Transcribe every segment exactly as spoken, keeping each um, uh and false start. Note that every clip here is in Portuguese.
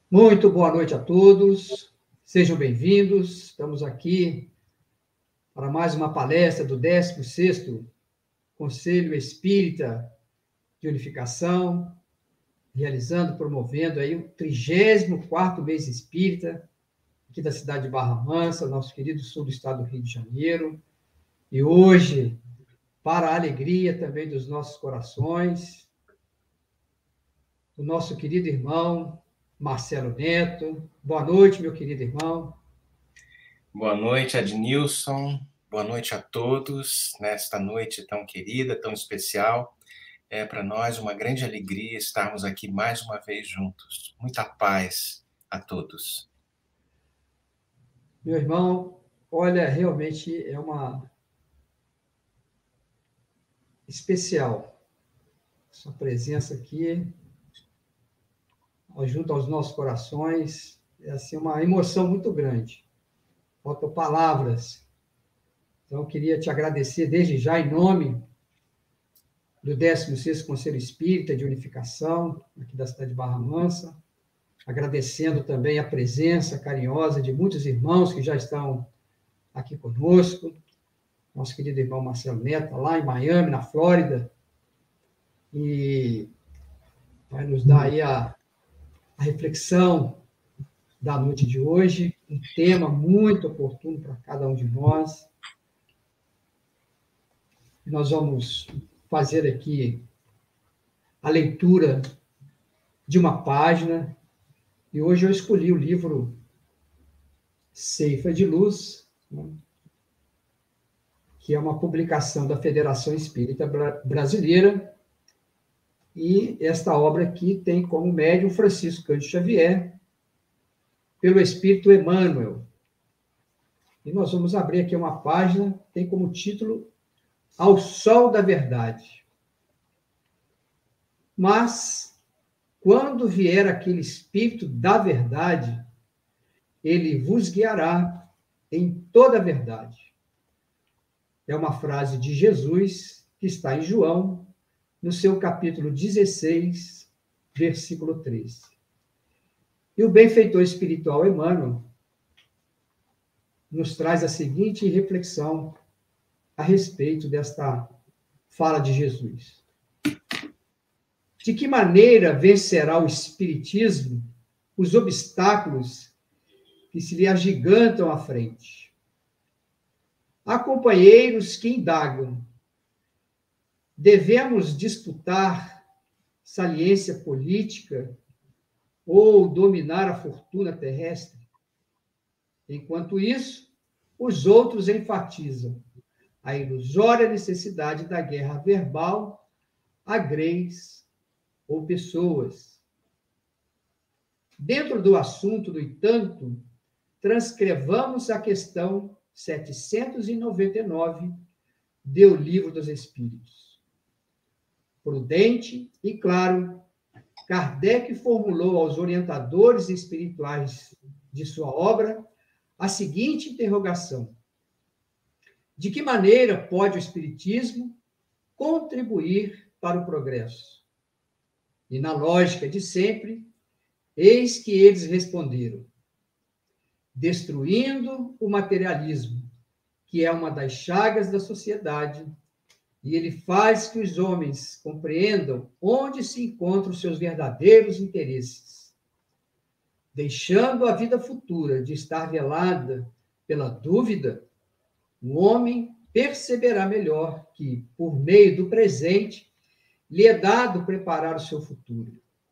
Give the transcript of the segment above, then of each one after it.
Muito boa noite a todos, sejam bem-vindos. Estamos aqui para mais uma palestra do décimo sexto Conselho Espírita de Unificação, realizando, promovendo aí o trigésimo quarto mês espírita, aqui da cidade de Barra Mansa, nosso querido sul do estado do Rio de Janeiro. E hoje, para a alegria também dos nossos corações, o nosso querido irmão Marcelo Neto. Boa noite, meu querido irmão. Boa noite, Adnilson. Boa noite a todos nesta noite tão querida, tão especial. É para nós uma grande alegria estarmos aqui mais uma vez juntos. Muita paz a todos. Meu irmão, olha, realmente é uma especial sua presença aqui, junto aos nossos corações. É assim uma emoção muito grande. Faltam palavras. Então, eu queria te agradecer desde já, em nome do décimo sexto Conselho Espírita de Unificação, aqui da cidade de Barra Mansa, agradecendo também a presença carinhosa de muitos irmãos que já estão aqui conosco, nosso querido irmão Marcelo Neto, lá em Miami, na Flórida, e vai nos dar aí a, a reflexão da noite de hoje, um tema muito oportuno para cada um de nós. Nós vamos fazer aqui a leitura de uma página, e hoje eu escolhi o livro Ceifa de Luz, né, que é uma publicação da Federação Espírita Brasileira, e esta obra aqui tem como médium Francisco Cândido Xavier, pelo Espírito Emmanuel. E nós vamos abrir aqui uma página, tem como título Ao Sol da Verdade. Mas, quando vier aquele Espírito da Verdade, ele vos guiará em toda a verdade. É uma frase de Jesus, que está em João, no seu capítulo dezesseis, versículo treze. E o benfeitor espiritual Emmanuel nos traz a seguinte reflexão a respeito desta fala de Jesus. De que maneira vencerá o Espiritismo os obstáculos que se lhe agigantam à frente? Há companheiros que indagam: devemos disputar saliência política ou dominar a fortuna terrestre? Enquanto isso, os outros enfatizam a ilusória necessidade da guerra verbal a greis ou pessoas. Dentro do assunto, no entanto, transcrevamos a questão setecentos e noventa e nove do Livro dos Espíritos. Prudente e claro, Kardec formulou aos orientadores espirituais de sua obra a seguinte interrogação: de que maneira pode o Espiritismo contribuir para o progresso? E na lógica de sempre, eis que eles responderam: destruindo o materialismo, que é uma das chagas da sociedade, e ele faz que os homens compreendam onde se encontram os seus verdadeiros interesses. Deixando a vida futura de estar velada pela dúvida, o homem perceberá melhor que, por meio do presente, lhe é dado preparar o seu futuro.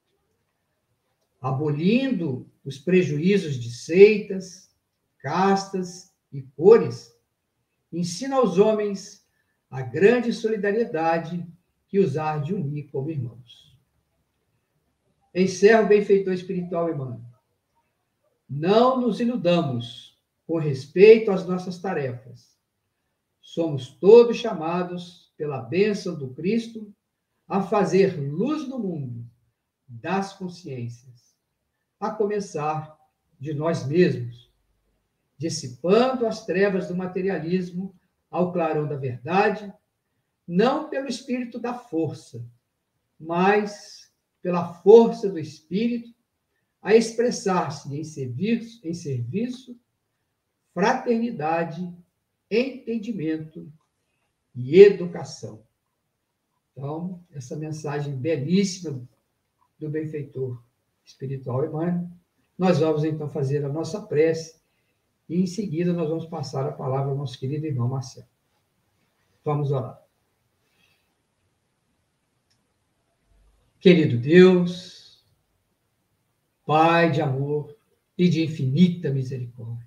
Abolindo os prejuízos de seitas, castas e cores, ensina aos homens a grande solidariedade que os há de unir como irmãos. Encerro o benfeitor espiritual Emmanuel. Não nos iludamos com respeito às nossas tarefas. Somos todos chamados, pela bênção do Cristo, a fazer luz no mundo das consciências, a começar de nós mesmos, dissipando as trevas do materialismo ao clarão da verdade, não pelo espírito da força, mas pela força do espírito, a expressar-se em serviço, em serviço, fraternidade, entendimento e educação. Então, essa mensagem belíssima do benfeitor espiritual Emmanuel, nós vamos então fazer a nossa prece e em seguida nós vamos passar a palavra ao nosso querido irmão Marcelo. Vamos orar. Querido Deus, Pai de amor e de infinita misericórdia,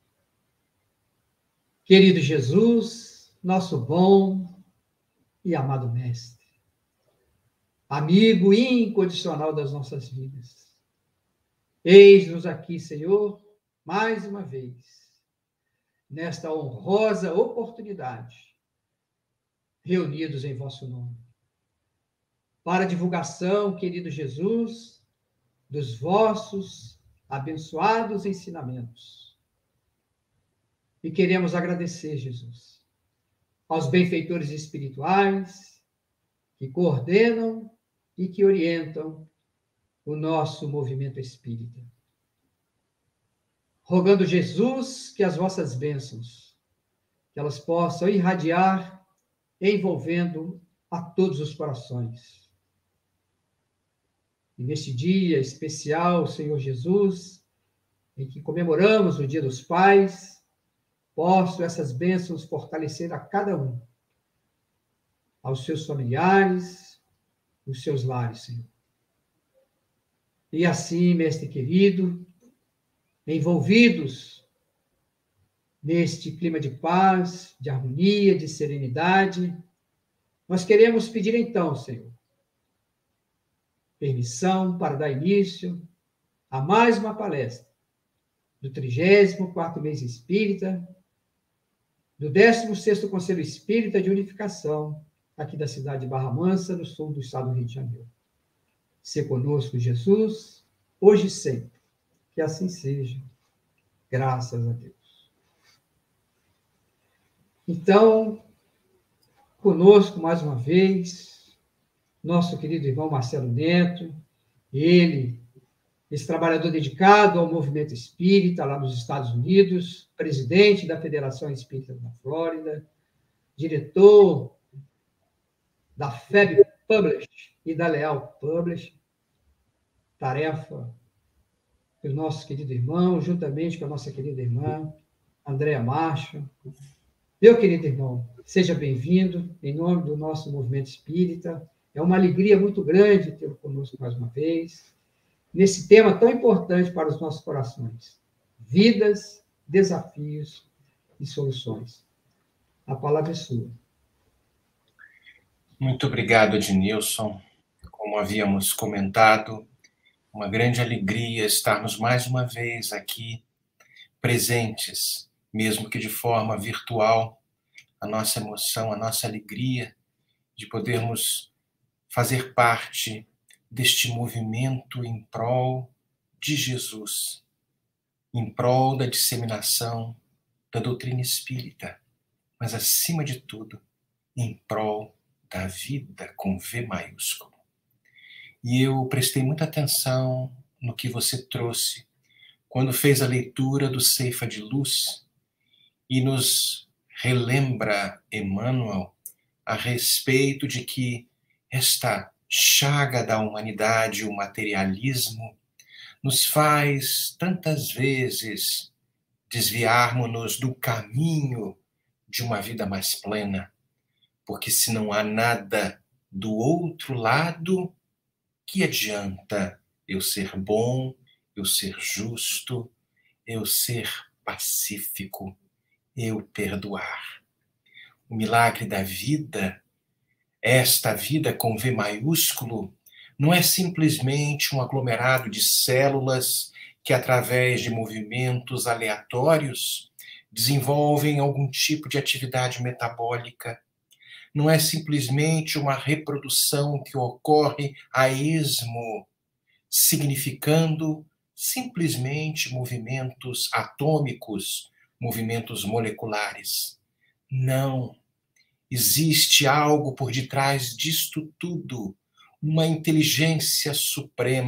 querido Jesus, nosso bom e amado Mestre, amigo incondicional das nossas vidas, eis-nos aqui, Senhor, mais uma vez, nesta honrosa oportunidade, reunidos em vosso nome, para a divulgação, querido Jesus, dos vossos abençoados ensinamentos. E queremos agradecer, Jesus, aos benfeitores espirituais que coordenam e que orientam o nosso movimento espírita. Rogando, Jesus, que as vossas bênçãos, que elas possam irradiar, envolvendo a todos os corações. E neste dia especial, Senhor Jesus, em que comemoramos o Dia dos Pais, posso essas bênçãos fortalecer a cada um, aos seus familiares, os seus lares, Senhor. E assim, Mestre querido, envolvidos neste clima de paz, de harmonia, de serenidade, nós queremos pedir então, Senhor, permissão para dar início a mais uma palestra do trigésimo quarto Mês Espírita, do décimo sexto Conselho Espírita de Unificação, aqui da cidade de Barra Mansa, no sul do estado do Rio de Janeiro. Se conosco, Jesus, hoje e sempre. Que assim seja. Graças a Deus. Então, conosco mais uma vez, nosso querido irmão Marcelo Neto, ele, esse trabalhador dedicado ao movimento espírita lá nos Estados Unidos, presidente da Federação Espírita da Flórida, diretor da F E B Publish e da Leal Publish, tarefa do nosso querido irmão, juntamente com a nossa querida irmã, Andréa Marcha. Meu querido irmão, seja bem-vindo, em nome do nosso movimento espírita. É uma alegria muito grande tê-lo conosco mais uma vez, nesse tema tão importante para os nossos corações. Vidas, desafios e soluções. A palavra é sua. Muito obrigado, Ednilson. Como havíamos comentado, uma grande alegria estarmos mais uma vez aqui presentes, mesmo que de forma virtual, a nossa emoção, a nossa alegria de podermos fazer parte deste movimento em prol de Jesus, em prol da disseminação da doutrina espírita, mas, acima de tudo, em prol da vida com V maiúsculo. E eu prestei muita atenção no que você trouxe quando fez a leitura do Ceifa de Luz e nos relembra, Emmanuel, a respeito de que esta chaga da humanidade, o materialismo, nos faz tantas vezes desviarmos-nos do caminho de uma vida mais plena, porque se não há nada do outro lado, que adianta eu ser bom, eu ser justo, eu ser pacífico, eu perdoar? O milagre da vida, esta vida com V maiúsculo, não é simplesmente um aglomerado de células que, através de movimentos aleatórios, desenvolvem algum tipo de atividade metabólica. Não é simplesmente uma reprodução que ocorre a esmo, significando simplesmente movimentos atômicos, movimentos moleculares. Não. Existe algo por detrás disto tudo, uma inteligência suprema,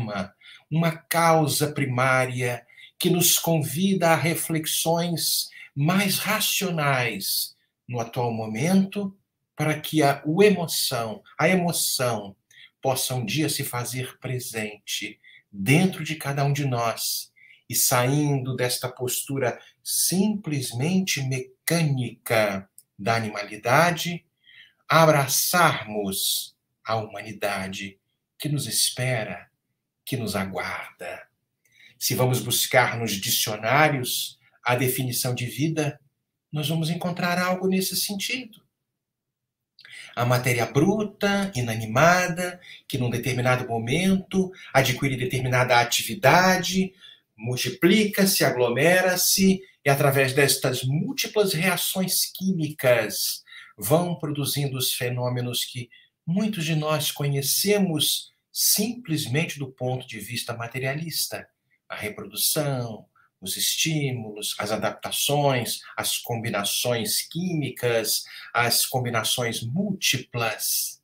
uma causa primária que nos convida a reflexões mais racionais no atual momento, para que a, o emoção, a emoção possa um dia se fazer presente dentro de cada um de nós e, saindo desta postura simplesmente mecânica da animalidade, abraçarmos a humanidade que nos espera, que nos aguarda. Se vamos buscar nos dicionários a definição de vida, nós vamos encontrar algo nesse sentido. A matéria bruta, inanimada, que num determinado momento adquire determinada atividade, multiplica-se, aglomera-se e, através destas múltiplas reações químicas, vão produzindo os fenômenos que muitos de nós conhecemos simplesmente do ponto de vista materialista. A reprodução, os estímulos, as adaptações, as combinações químicas, as combinações múltiplas.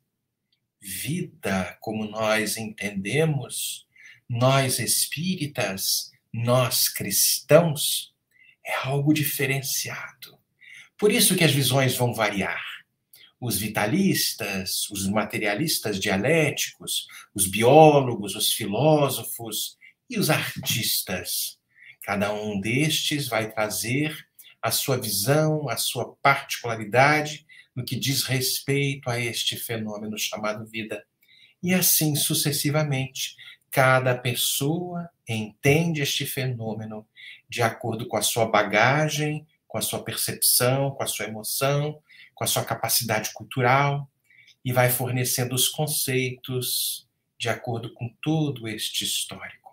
Vida, como nós entendemos, nós espíritas, nós cristãos, é algo diferenciado. Por isso que as visões vão variar. Os vitalistas, os materialistas dialéticos, os biólogos, os filósofos e os artistas. Cada um destes vai trazer a sua visão, a sua particularidade no que diz respeito a este fenômeno chamado vida. E assim sucessivamente, cada pessoa entende este fenômeno de acordo com a sua bagagem, com a sua percepção, com a sua emoção, com a sua capacidade cultural, e vai fornecendo os conceitos de acordo com todo este histórico.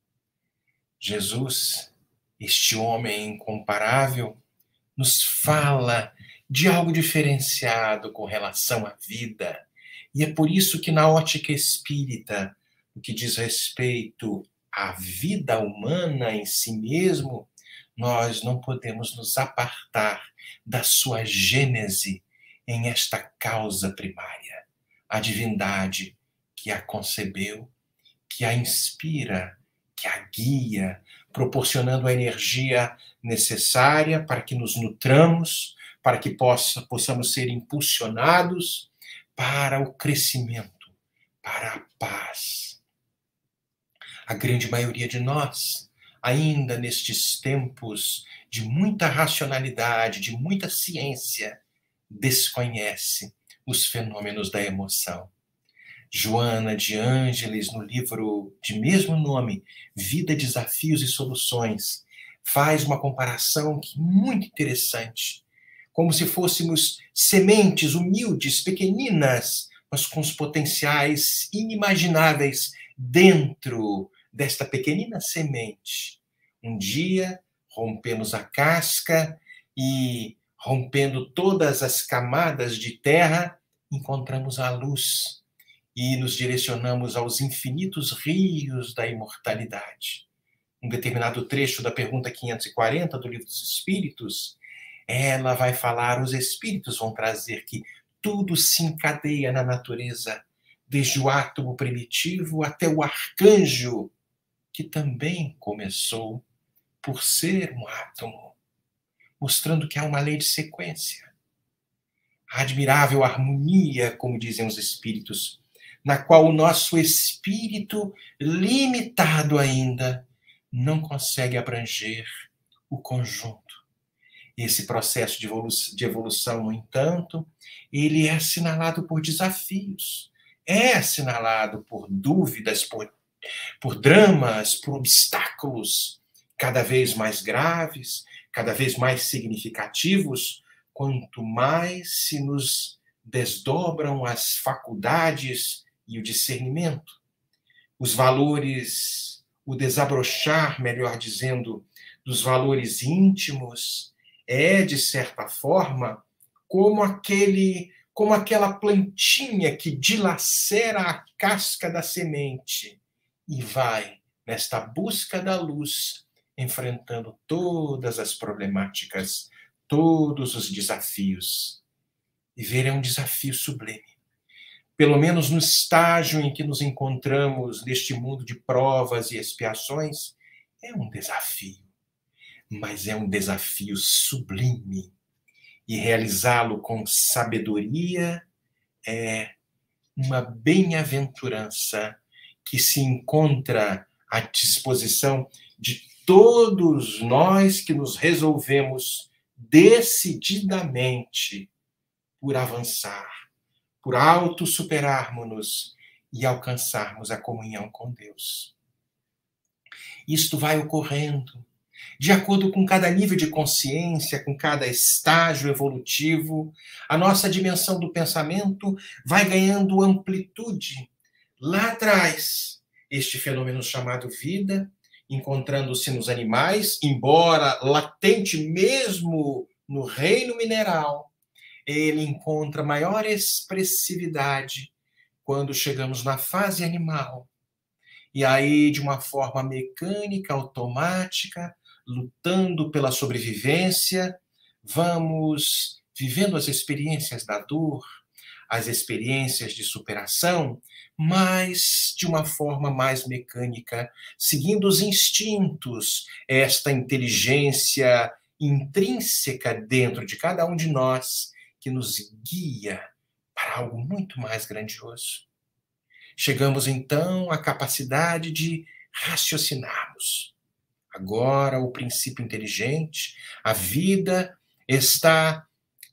Jesus, este homem incomparável, nos fala de algo diferenciado com relação à vida. E é por isso que, na ótica espírita, no que diz respeito à vida humana em si mesmo, nós não podemos nos apartar da sua gênese em esta causa primária, a divindade que a concebeu, que a inspira, que a guia, proporcionando a energia necessária para que nos nutramos, para que possa, possamos ser impulsionados para o crescimento, para a paz. A grande maioria de nós, ainda nestes tempos de muita racionalidade, de muita ciência, desconhece os fenômenos da emoção. Joana de Ângeles, no livro de mesmo nome, Vida, Desafios e Soluções, faz uma comparação muito interessante, como se fôssemos sementes humildes, pequeninas, mas com os potenciais inimagináveis dentro desta pequenina semente. Um dia, rompemos a casca e, rompendo todas as camadas de terra, encontramos a luz e nos direcionamos aos infinitos rios da imortalidade. Um determinado trecho da pergunta quinhentos e quarenta do Livro dos Espíritos, ela vai falar, os espíritos vão trazer que tudo se encadeia na natureza, desde o átomo primitivo até o arcanjo, que também começou por ser um átomo, mostrando que há uma lei de sequência. A admirável harmonia, como dizem os espíritos, na qual o nosso espírito, limitado ainda, não consegue abranger o conjunto. Esse processo de evolução, de evolução, no entanto, ele é assinalado por desafios, é assinalado por dúvidas, por, por dramas, por obstáculos cada vez mais graves, cada vez mais significativos, quanto mais se nos desdobram as faculdades e o discernimento. Os valores, o desabrochar, melhor dizendo, dos valores íntimos é, de certa forma, como aquele, como aquela plantinha que dilacera a casca da semente e vai, nesta busca da luz, enfrentando todas as problemáticas, todos os desafios. E ver é um desafio sublime. pelo menos no estágio em que nos encontramos neste mundo de provas e expiações, é um desafio, mas é um desafio sublime. E realizá-lo com sabedoria é uma bem-aventurança que se encontra à disposição de todos nós que nos resolvemos decididamente por avançar, por auto-superarmos-nos e alcançarmos a comunhão com Deus. Isto vai ocorrendo de acordo com cada nível de consciência, com cada estágio evolutivo. A nossa dimensão do pensamento vai ganhando amplitude. Lá atrás, este fenômeno chamado vida, encontrando-se nos animais, embora latente mesmo no reino mineral, ele encontra maior expressividade quando chegamos na fase animal. E aí, de uma forma mecânica, automática, lutando pela sobrevivência, vamos vivendo as experiências da dor, as experiências de superação, mas de uma forma mais mecânica, seguindo os instintos, esta inteligência intrínseca dentro de cada um de nós, que nos guia para algo muito mais grandioso. Chegamos, então, à capacidade de raciocinarmos. Agora, o princípio inteligente, a vida está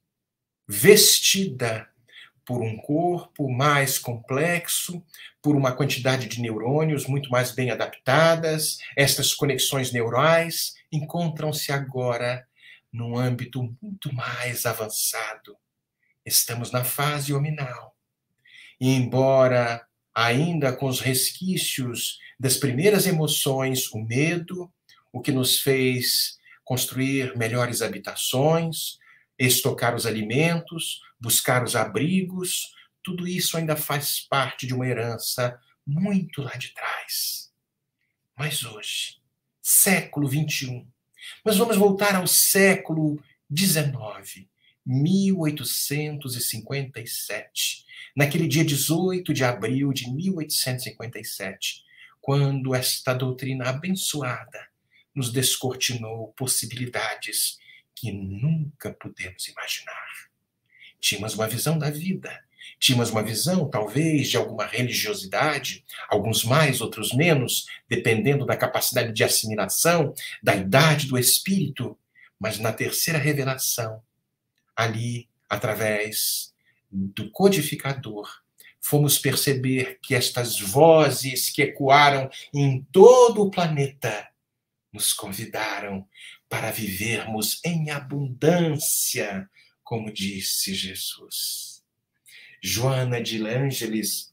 vestida por um corpo mais complexo, por uma quantidade de neurônios muito mais bem adaptadas. Estas conexões neurais encontram-se agora num âmbito muito mais avançado. Estamos na fase hominal. E embora ainda com os resquícios das primeiras emoções, o medo, o que nos fez construir melhores habitações, estocar os alimentos, buscar os abrigos, tudo isso ainda faz parte de uma herança muito lá de trás. Mas hoje, século vinte e um, nós vamos voltar ao século dezenove, mil oitocentos e cinquenta e sete, naquele dia dezoito de abril de mil oitocentos e cinquenta e sete, quando esta doutrina abençoada nos descortinou possibilidades que nunca pudemos imaginar. Tínhamos uma visão da vida, tínhamos uma visão, talvez, de alguma religiosidade, alguns mais, outros menos, dependendo da capacidade de assimilação, da idade do espírito, mas na terceira revelação, ali, através do codificador, fomos perceber que estas vozes que ecoaram em todo o planeta nos convidaram para vivermos em abundância, como disse Jesus. Joana de Ângeles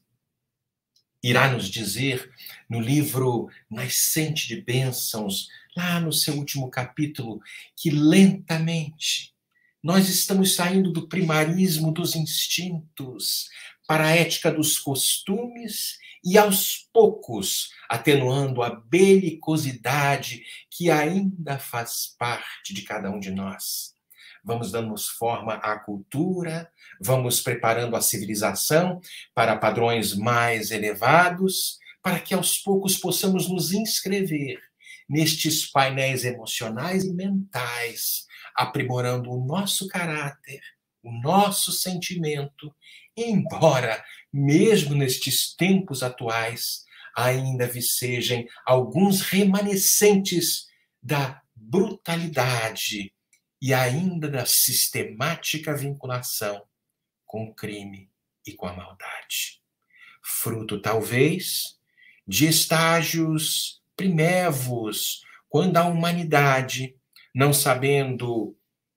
irá nos dizer no livro Nascente de Bênçãos, lá no seu último capítulo, que lentamente nós estamos saindo do primarismo dos instintos para a ética dos costumes e, aos poucos, atenuando a belicosidade que ainda faz parte de cada um de nós. Vamos dando forma à cultura, vamos preparando a civilização para padrões mais elevados, para que aos poucos possamos nos inscrever nestes painéis emocionais e mentais, aprimorando o nosso caráter, o nosso sentimento, embora, mesmo nestes tempos atuais, ainda vicejam alguns remanescentes da brutalidade e ainda da sistemática vinculação com o crime e com a maldade. Fruto, talvez, de estágios primevos, quando a humanidade, não sabendo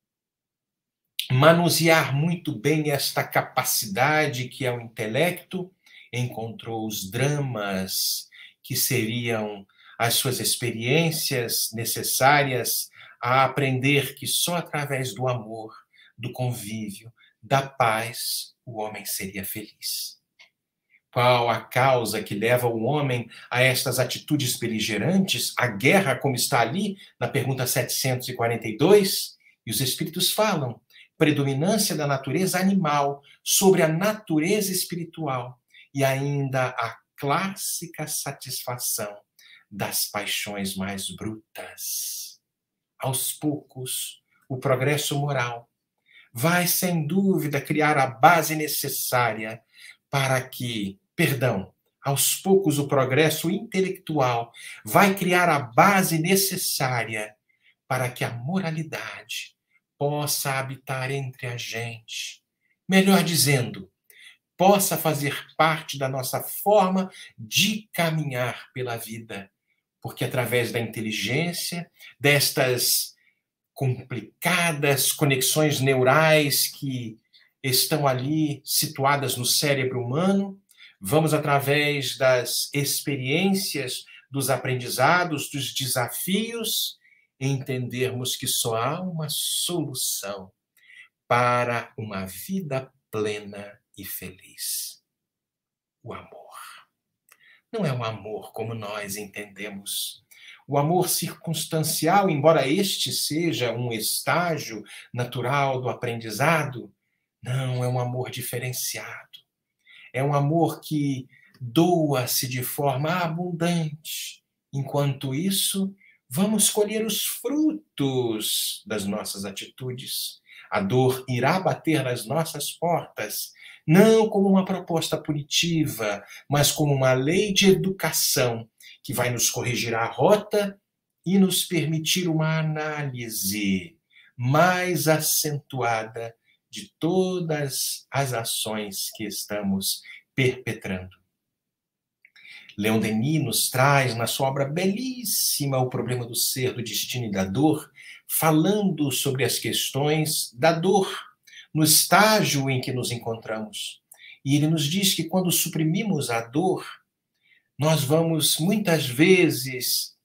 manusear muito bem esta capacidade que é o intelecto, encontrou os dramas que seriam as suas experiências necessárias a aprender que só através do amor, do convívio, da paz, o homem seria feliz. Qual a causa que leva o homem a estas atitudes beligerantes, a guerra, como está ali na pergunta setecentos e quarenta e dois? E os espíritos falam: predominância da natureza animal sobre a natureza espiritual e ainda a clássica satisfação das paixões mais brutas. Aos poucos, o progresso moral vai, sem dúvida, criar a base necessária para que, perdão, aos poucos o progresso intelectual vai criar a base necessária para que a moralidade possa habitar entre a gente. Melhor dizendo, possa fazer parte da nossa forma de caminhar pela vida. Porque através da inteligência, destas complicadas conexões neurais que estão ali situadas no cérebro humano, vamos, através das experiências, dos aprendizados, dos desafios, entendermos que só há uma solução para uma vida plena e feliz. O amor. Não é um amor como nós entendemos. O amor circunstancial, embora este seja um estágio natural do aprendizado, não, é um amor diferenciado. É um amor que doa-se de forma abundante. Enquanto isso, vamos colher os frutos das nossas atitudes. A dor irá bater nas nossas portas, não como uma proposta punitiva, mas como uma lei de educação que vai nos corrigir a rota e nos permitir uma análise mais acentuada de todas as ações que estamos perpetrando. Leon Denis nos traz, na sua obra belíssima, O Problema do Ser, do Destino e da Dor, falando sobre as questões da dor, no estágio em que nos encontramos. E ele nos diz que quando suprimimos a dor, nós vamos, muitas vezes,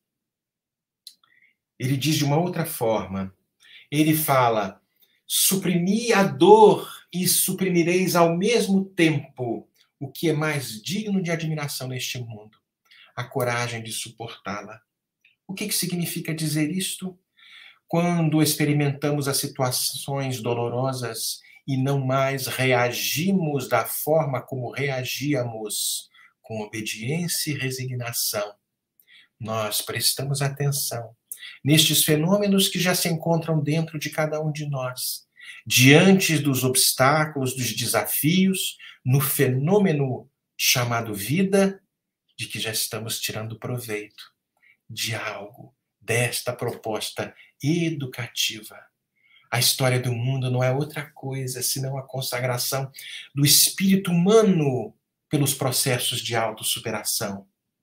ele diz de uma outra forma, ele fala, suprimi a dor e suprimireis ao mesmo tempo o que é mais digno de admiração neste mundo, a coragem de suportá-la. O que, que significa dizer isto? Quando experimentamos as situações dolorosas e não mais reagimos da forma como reagíamos, com obediência e resignação, nós prestamos atenção nestes fenômenos que já se encontram dentro de cada um de nós, diante dos obstáculos, dos desafios, no fenômeno chamado vida, de que já estamos tirando proveito de algo, desta proposta educativa. A história do mundo não é outra coisa senão a consagração do espírito humano pelos processos de autossuperação.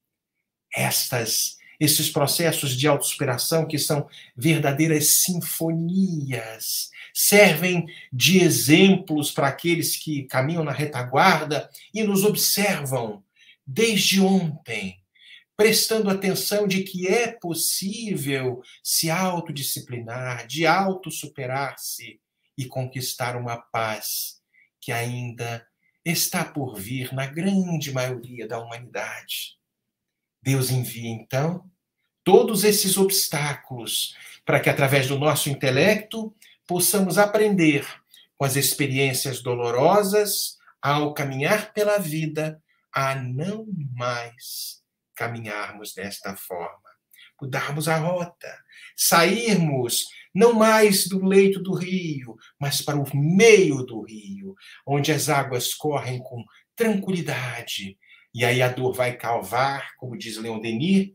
Estas, esses processos de autossuperação que são verdadeiras sinfonias, servem de exemplos para aqueles que caminham na retaguarda e nos observam desde ontem, prestando atenção de que é possível se autodisciplinar, de autossuperar-se e conquistar uma paz que ainda está por vir na grande maioria da humanidade. Deus envia, então, todos esses obstáculos para que, através do nosso intelecto, possamos aprender com as experiências dolorosas ao caminhar pela vida a não mais caminharmos desta forma, mudarmos a rota, sairmos não mais do leito do rio, mas para o meio do rio, onde as águas correm com tranquilidade. E aí a dor vai cavar, como diz Leon Denis,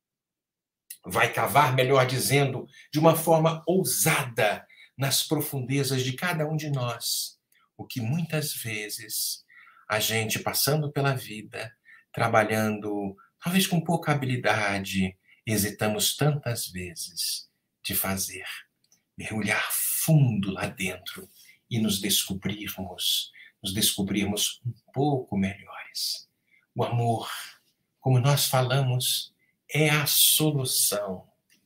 vai cavar, melhor dizendo, de uma forma ousada nas profundezas de cada um de nós, o que muitas vezes a gente, passando pela vida, trabalhando talvez com pouca habilidade, hesitamos tantas vezes de fazer. Mergulhar fundo lá dentro e nos descobrirmos, nos descobrirmos um pouco melhores. O amor, como nós falamos, é a solução.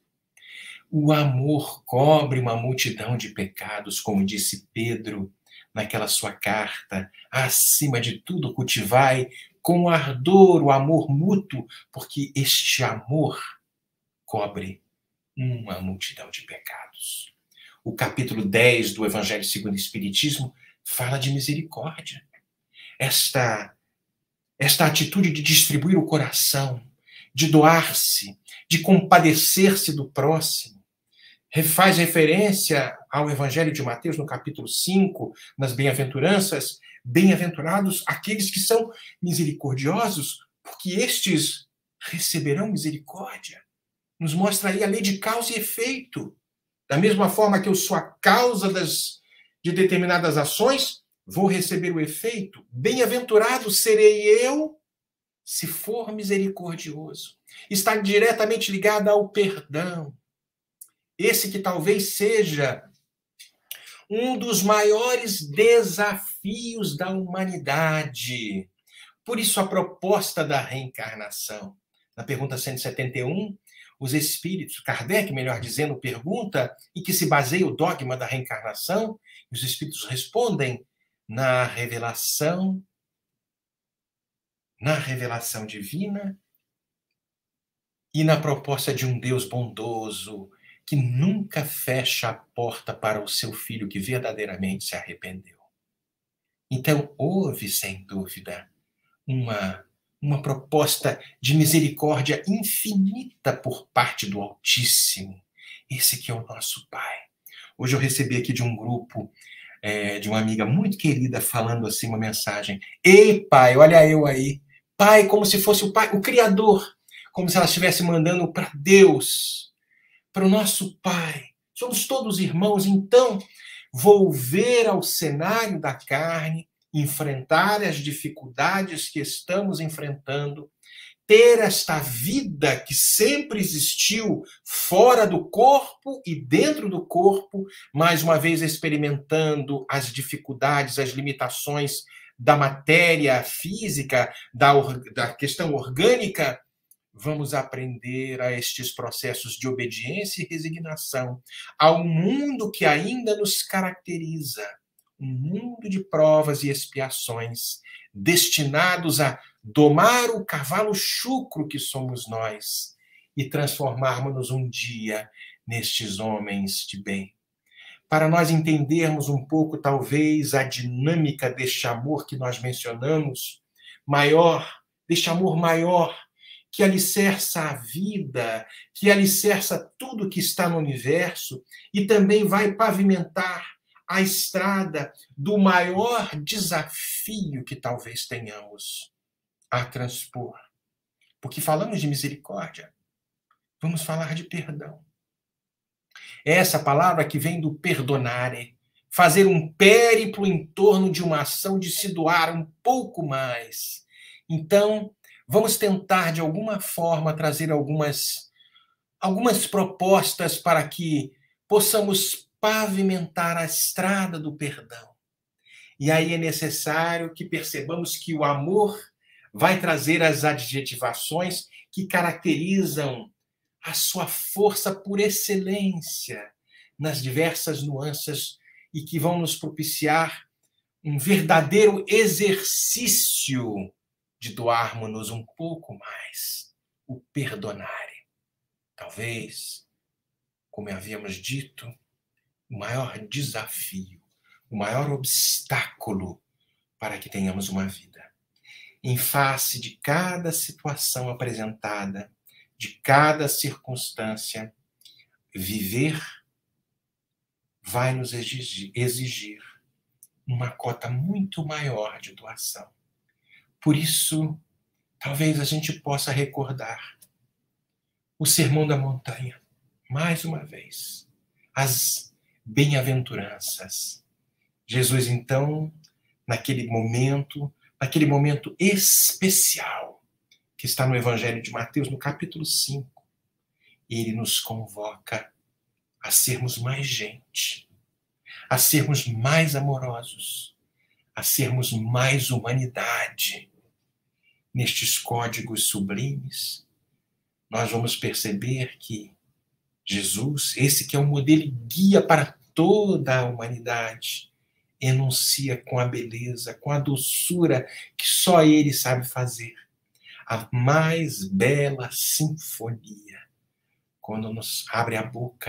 O amor cobre uma multidão de pecados, como disse Pedro naquela sua carta. Acima de tudo, cultivai com ardor o amor mútuo, porque este amor cobre uma multidão de pecados. o capítulo dez do Evangelho segundo o Espiritismo fala de misericórdia. Esta, esta atitude de distribuir o coração, de doar-se, de compadecer-se do próximo, faz referência ao Evangelho de Mateus, no capítulo cinco, nas bem-aventuranças. Bem-aventurados aqueles que são misericordiosos, porque estes receberão misericórdia. Nos mostra aí a lei de causa e efeito. Da mesma forma que eu sou a causa das, de determinadas ações, vou receber o efeito. Bem-aventurado serei eu se for misericordioso. Está diretamente ligado ao perdão. Esse que talvez seja um dos maiores desafios da humanidade. Por isso, a proposta da reencarnação. Na pergunta cento e setenta e um, os espíritos, Kardec, melhor dizendo, pergunta, e que se baseia o dogma da reencarnação, e os espíritos respondem na revelação, na revelação divina e na proposta de um Deus bondoso, que nunca fecha a porta para o seu filho que verdadeiramente se arrependeu. Então, houve, sem dúvida, uma, uma proposta de misericórdia infinita por parte do Altíssimo. Esse que é o nosso Pai. Hoje eu recebi aqui de um grupo, é, de uma amiga muito querida, falando assim uma mensagem. Ei, Pai, olha eu aí. Pai, como se fosse o Pai, o Criador. Como se ela estivesse mandando para Deus, para o nosso Pai. Somos todos irmãos, então volver ao cenário da carne, enfrentar as dificuldades que estamos enfrentando, ter esta vida que sempre existiu fora do corpo e dentro do corpo, mais uma vez experimentando as dificuldades, as limitações da matéria física, da, da questão orgânica. Vamos aprender a estes processos de obediência e resignação ao mundo que ainda nos caracteriza, um mundo de provas e expiações, destinados a domar o cavalo chucro que somos nós e transformarmos-nos um dia nestes homens de bem. Para nós entendermos um pouco, talvez, a dinâmica deste amor que nós mencionamos, maior, deste amor maior, que alicerça a vida, que alicerça tudo que está no universo e também vai pavimentar a estrada do maior desafio que talvez tenhamos a transpor. Porque falamos de misericórdia, vamos falar de perdão. É essa palavra que vem do perdonare, fazer um périplo em torno de uma ação de se doar um pouco mais. Então, vamos tentar, de alguma forma, trazer algumas, algumas propostas para que possamos pavimentar a estrada do perdão. E aí é necessário que percebamos que o amor vai trazer as adjetivações que caracterizam a sua força por excelência nas diversas nuances e que vão nos propiciar um verdadeiro exercício de doarmos-nos um pouco mais, o perdonare. Talvez, como havíamos dito, o maior desafio, o maior obstáculo para que tenhamos uma vida. Em face de cada situação apresentada, de cada circunstância, viver vai nos exigir, exigir uma cota muito maior de doação. Por isso, talvez a gente possa recordar o Sermão da Montanha, mais uma vez, as bem-aventuranças. Jesus, então, naquele momento, naquele momento especial que está no Evangelho de Mateus, no capítulo cinco, ele nos convoca a sermos mais gente, a sermos mais amorosos, a sermos mais humanidade. Nestes códigos sublimes, nós vamos perceber que Jesus, esse que é o modelo e guia para toda a humanidade, enuncia com a beleza, com a doçura que só ele sabe fazer, a mais bela sinfonia, quando nos abre a boca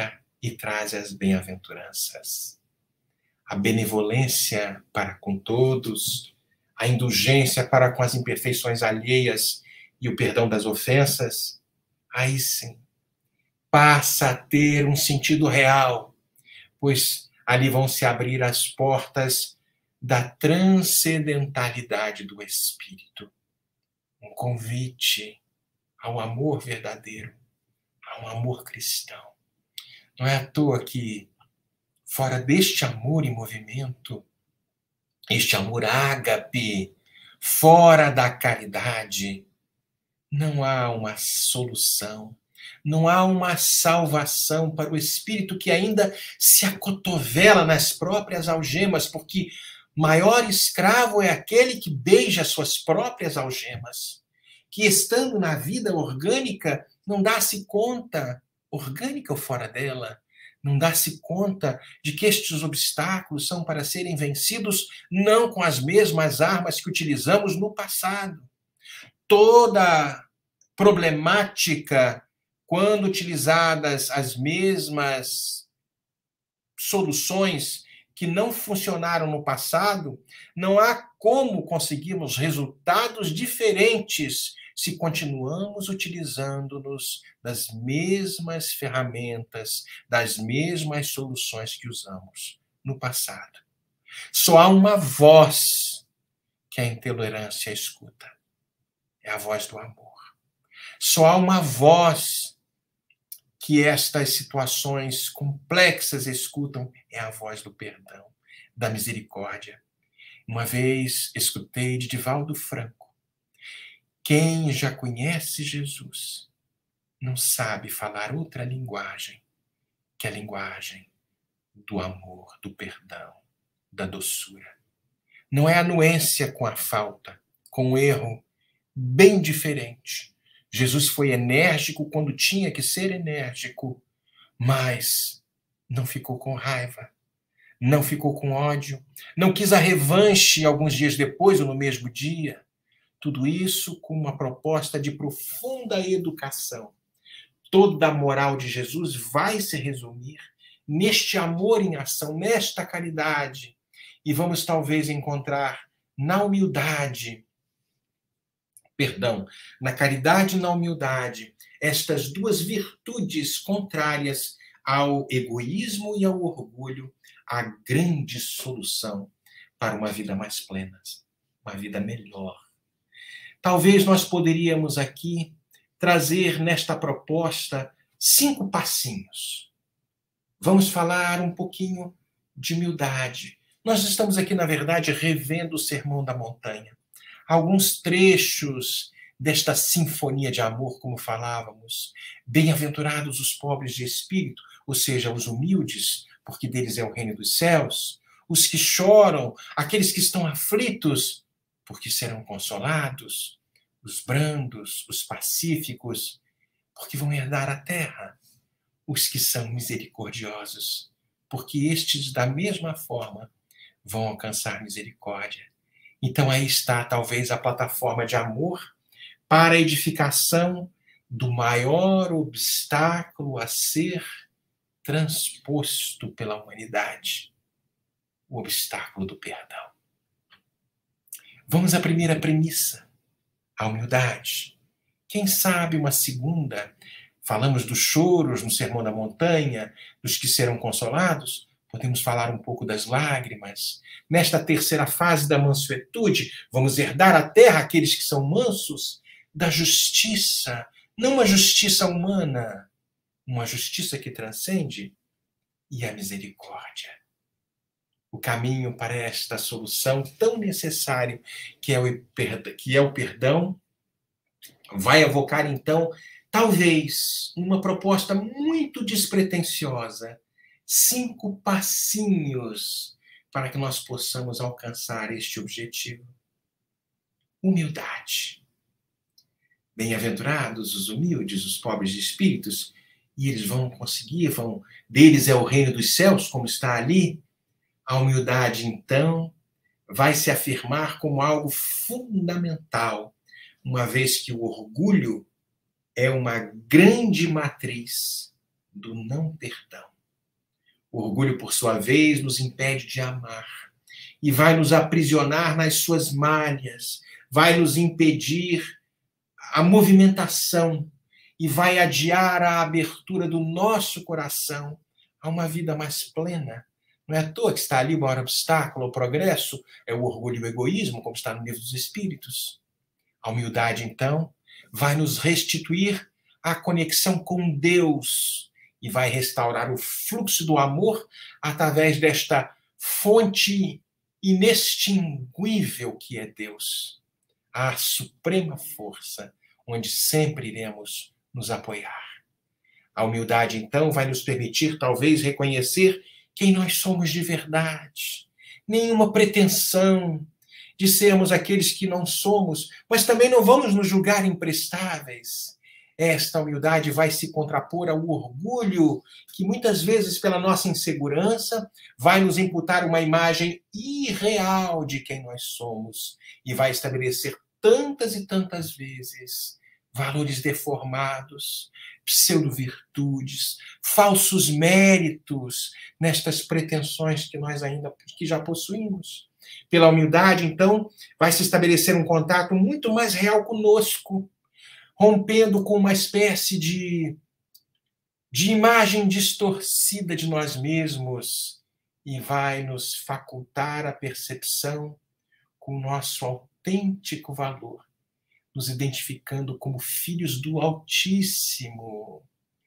e traz as bem-aventuranças. A benevolência para com todos, a indulgência para com as imperfeições alheias e o perdão das ofensas, aí sim, passa a ter um sentido real, pois ali vão se abrir as portas da transcendentalidade do Espírito. Um convite ao amor verdadeiro, ao amor cristão. Não é à toa que, fora deste amor em movimento, este amor ágape, fora da caridade, não há uma solução, não há uma salvação para o espírito que ainda se acotovela nas próprias algemas, porque maior escravo é aquele que beija suas próprias algemas, que estando na vida orgânica não dá-se conta, orgânica ou fora dela, não dá-se conta de que estes obstáculos são para serem vencidos não com as mesmas armas que utilizamos no passado. Toda problemática, quando utilizadas as mesmas soluções que não funcionaram no passado, não há como conseguirmos resultados diferentes se continuamos utilizando-nos das mesmas ferramentas, das mesmas soluções que usamos no passado. Só há uma voz que a intolerância escuta. É a voz do amor. Só há uma voz que estas situações complexas escutam, é a voz do perdão, da misericórdia. Uma vez escutei de Divaldo Franco: quem já conhece Jesus não sabe falar outra linguagem que a linguagem do amor, do perdão, da doçura. Não é anuência com a falta, com o erro, bem diferente. Jesus foi enérgico quando tinha que ser enérgico, mas não ficou com raiva, não ficou com ódio, não quis a revanche alguns dias depois ou no mesmo dia. Tudo isso com uma proposta de profunda educação. Toda a moral de Jesus vai se resumir neste amor em ação, nesta caridade. E vamos talvez encontrar na humildade, perdão, na caridade e na humildade, estas duas virtudes contrárias ao egoísmo e ao orgulho, a grande solução para uma vida mais plena, uma vida melhor. Talvez nós poderíamos aqui trazer nesta proposta cinco passinhos. Vamos falar um pouquinho de humildade. Nós estamos aqui, na verdade, revendo o Sermão da Montanha. Alguns trechos desta sinfonia de amor, como falávamos. Bem-aventurados os pobres de espírito, ou seja, os humildes, porque deles é o reino dos céus. Os que choram, aqueles que estão aflitos, porque serão consolados. Os brandos, os pacíficos, porque vão herdar a terra. Os que são misericordiosos, porque estes, da mesma forma, vão alcançar misericórdia. Então aí está, talvez, a plataforma de amor para a edificação do maior obstáculo a ser transposto pela humanidade, o obstáculo do perdão. Vamos à primeira premissa, a humildade. Quem sabe uma segunda, falamos dos choros no Sermão da Montanha, dos que serão consolados, podemos falar um pouco das lágrimas. Nesta terceira fase da mansuetude, vamos herdar a terra aqueles que são mansos, da justiça, não uma justiça humana, uma justiça que transcende, e a misericórdia. O caminho para esta solução tão necessário que é o perdão, que é o perdão vai evocar, então, talvez, uma proposta muito despretensiosa, cinco passinhos para que nós possamos alcançar este objetivo. Humildade. Bem-aventurados os humildes, os pobres de espíritos, e eles vão conseguir, vão, deles é o reino dos céus, como está ali. A humildade, então, vai se afirmar como algo fundamental, uma vez que o orgulho é uma grande matriz do não perdão. O orgulho, por sua vez, nos impede de amar e vai nos aprisionar nas suas malhas, vai nos impedir a movimentação e vai adiar a abertura do nosso coração a uma vida mais plena. Não é à toa que está ali o maior obstáculo ao progresso, é o orgulho e o egoísmo, como está no Livro dos Espíritos. A humildade, então, vai nos restituir a conexão com Deus e vai restaurar o fluxo do amor através desta fonte inextinguível que é Deus, a suprema força, onde sempre iremos nos apoiar. A humildade, então, vai nos permitir, talvez, reconhecer quem nós somos de verdade. Nenhuma pretensão de sermos aqueles que não somos, mas também não vamos nos julgar imprestáveis. Esta humildade vai se contrapor ao orgulho, que muitas vezes, pela nossa insegurança, vai nos imputar uma imagem irreal de quem nós somos e vai estabelecer tantas e tantas vezes valores deformados, pseudo-virtudes, falsos méritos nestas pretensões que nós ainda que já possuímos. Pela humildade, então, vai se estabelecer um contato muito mais real conosco, rompendo com uma espécie de, de imagem distorcida de nós mesmos e vai nos facultar a percepção com o nosso autêntico valor, nos identificando como filhos do Altíssimo.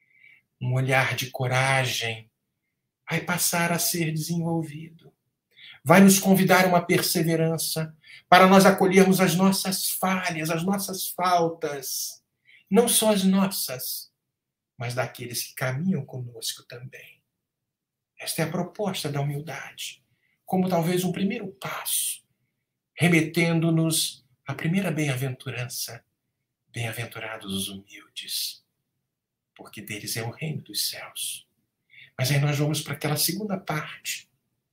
Um olhar de coragem vai passar a ser desenvolvido. Vai nos convidar a uma perseverança para nós acolhermos as nossas falhas, as nossas faltas, não só as nossas, mas daqueles que caminham conosco também. Esta é a proposta da humildade, como talvez um primeiro passo, remetendo-nos à primeira bem-aventurança. Bem-aventurados os humildes, porque deles é o reino dos céus. Mas aí nós vamos para aquela segunda parte.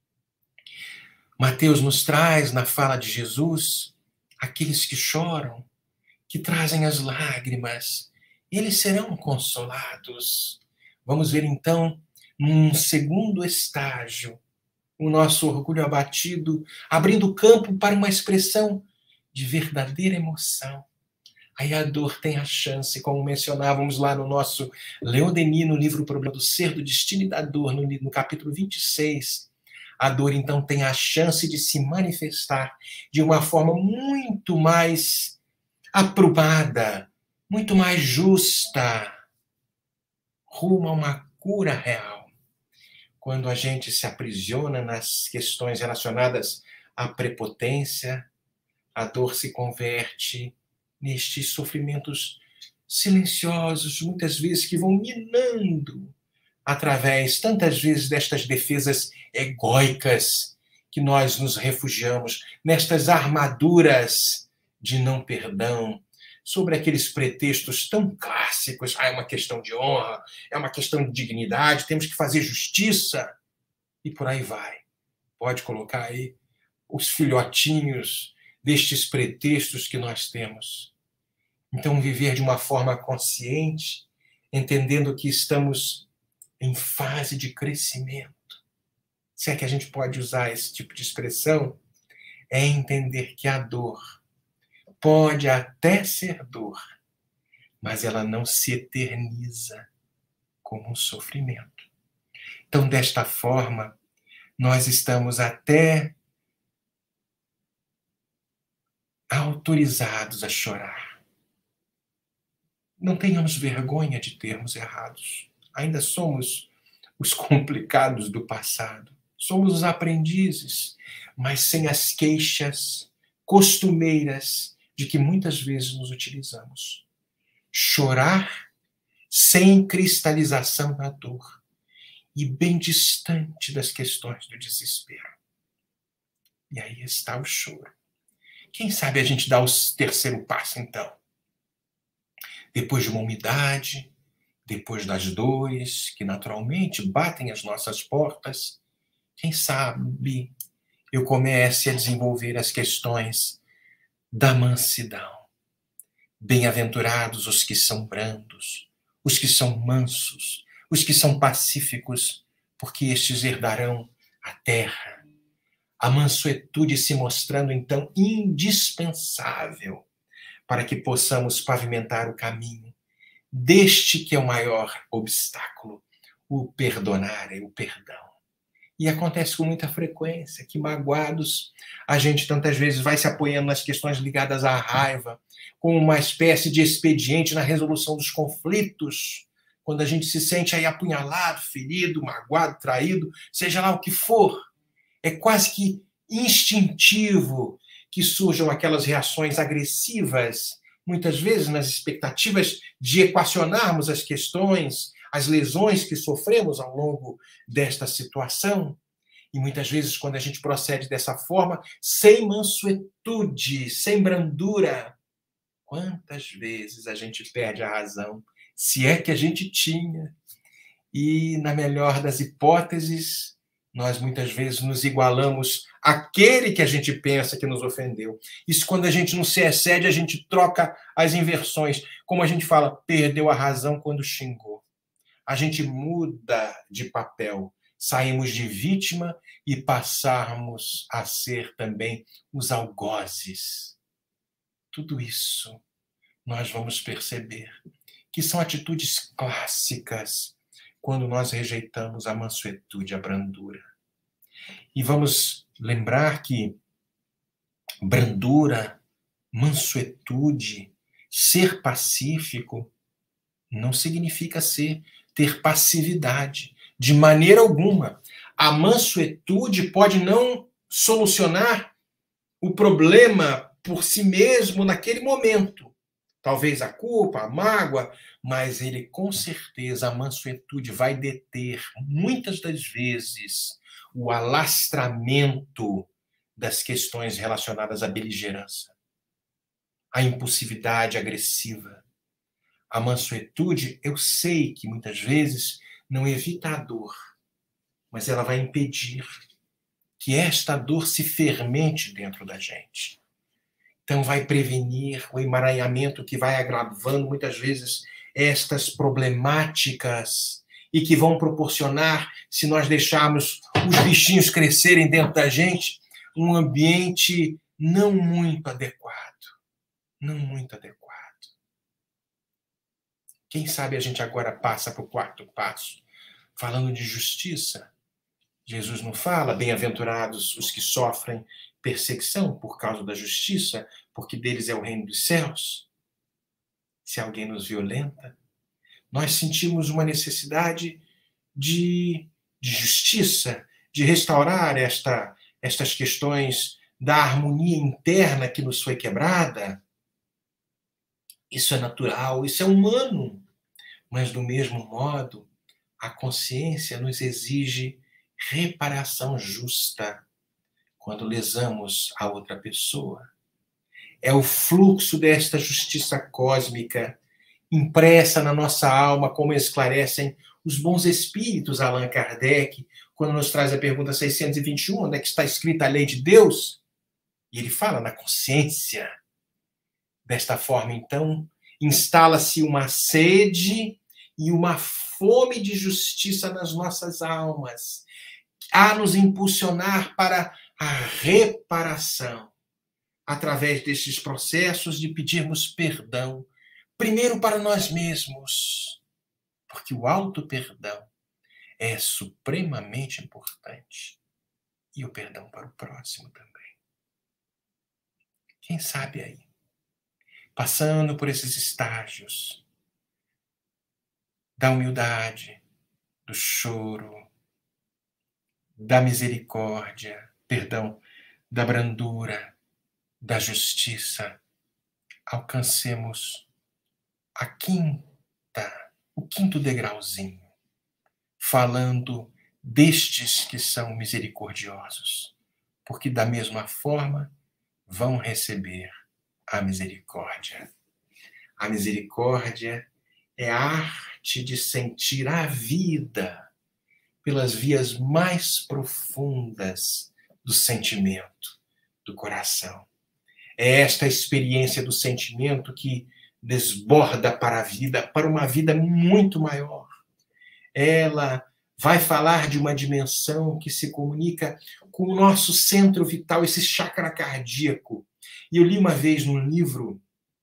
Mateus nos traz, na fala de Jesus, aqueles que choram, que trazem as lágrimas, eles serão consolados. Vamos ver, então, num segundo estágio, o nosso orgulho abatido, abrindo campo para uma expressão de verdadeira emoção. Aí a dor tem a chance, como mencionávamos lá no nosso Leon Denis, no livro O Problema do Ser, do Destino e da Dor, no, no capítulo vinte e seis, a dor, então, tem a chance de se manifestar de uma forma muito mais aprumada, muito mais justa, rumo a uma cura real. Quando a gente se aprisiona nas questões relacionadas à prepotência, a dor se converte nestes sofrimentos silenciosos, muitas vezes que vão minando através, tantas vezes, destas defesas egóicas que nós nos refugiamos, nestas armaduras de não perdão, sobre aqueles pretextos tão clássicos. Ah, é uma questão de honra, é uma questão de dignidade, temos que fazer justiça, e por aí vai. Pode colocar aí os filhotinhos destes pretextos que nós temos. Então, viver de uma forma consciente, entendendo que estamos em fase de crescimento, se é que a gente pode usar esse tipo de expressão, é entender que a dor pode até ser dor, mas ela não se eterniza como um sofrimento. Então, desta forma, nós estamos até autorizados a chorar. Não tenhamos vergonha de termos errados. Ainda somos os complicados do passado. Somos os aprendizes, mas sem as queixas costumeiras de que muitas vezes nos utilizamos. Chorar sem cristalização na dor e bem distante das questões do desespero. E aí está o choro. Quem sabe a gente dá o terceiro passo, então? Depois de uma umidade, depois das dores que naturalmente batem às nossas portas, quem sabe eu comece a desenvolver as questões da mansidão. Bem-aventurados os que são brandos, os que são mansos, os que são pacíficos, porque estes herdarão a terra. A mansuetude se mostrando, então, indispensável para que possamos pavimentar o caminho deste que é o maior obstáculo, o perdonar e o perdão. E acontece com muita frequência que, magoados, a gente tantas vezes vai se apoiando nas questões ligadas à raiva, como uma espécie de expediente na resolução dos conflitos, quando a gente se sente aí apunhalado, ferido, magoado, traído, seja lá o que for. É quase que instintivo que surjam aquelas reações agressivas, muitas vezes nas expectativas de equacionarmos as questões, as lesões que sofremos ao longo desta situação. E muitas vezes, quando a gente procede dessa forma, sem mansuetude, sem brandura, quantas vezes a gente perde a razão, se é que a gente tinha. E, na melhor das hipóteses, nós muitas vezes nos igualamos àquele que a gente pensa que nos ofendeu. Isso quando a gente não se excede, a gente troca as inversões. Como a gente fala, perdeu a razão quando xingou. A gente muda de papel. Saímos de vítima e passarmos a ser também os algozes. Tudo isso nós vamos perceber que são atitudes clássicas quando nós rejeitamos a mansuetude, a brandura. E vamos lembrar que brandura, mansuetude, ser pacífico, não significa ser, ter passividade. De maneira alguma. A mansuetude pode não solucionar o problema por si mesmo naquele momento. Talvez a culpa, a mágoa, mas ele com certeza, a mansuetude vai deter, muitas das vezes, o alastramento das questões relacionadas à beligerância, à impulsividade agressiva. A mansuetude, eu sei que muitas vezes não evita a dor, mas ela vai impedir que esta dor se fermente dentro da gente. Então vai prevenir o emaranhamento que vai agravando muitas vezes estas problemáticas e que vão proporcionar, se nós deixarmos os bichinhos crescerem dentro da gente, um ambiente não muito adequado. Não muito adequado. Quem sabe a gente agora passa para o quarto passo, falando de justiça. Jesus não fala, bem-aventurados os que sofrem perseguição por causa da justiça, porque deles é o reino dos céus. Se alguém nos violenta, nós sentimos uma necessidade de, de justiça, de restaurar esta, estas questões da harmonia interna que nos foi quebrada. Isso é natural, isso é humano. Mas, do mesmo modo, a consciência nos exige reparação justa quando lesamos a outra pessoa. É o fluxo desta justiça cósmica impressa na nossa alma, como esclarecem os bons espíritos, Allan Kardec, quando nos traz a pergunta seiscentos e vinte e um, onde é que está escrita a lei de Deus? E ele fala na consciência. Desta forma, então, instala-se uma sede e uma fome de justiça nas nossas almas, a nos impulsionar para a reparação, através destes processos de pedirmos perdão, primeiro para nós mesmos, porque o auto-perdão é supremamente importante, e o perdão para o próximo também. Quem sabe aí, passando por esses estágios da humildade, do choro, da misericórdia, perdão, da brandura, da justiça, alcancemos a quinta, o quinto degrauzinho, falando destes que são misericordiosos, porque da mesma forma vão receber a misericórdia. A misericórdia é a arte de sentir a vida pelas vias mais profundas do sentimento, do coração. É esta experiência do sentimento que desborda para a vida, para uma vida muito maior. Ela vai falar de uma dimensão que se comunica com o nosso centro vital, esse chakra cardíaco. E eu li uma vez num livro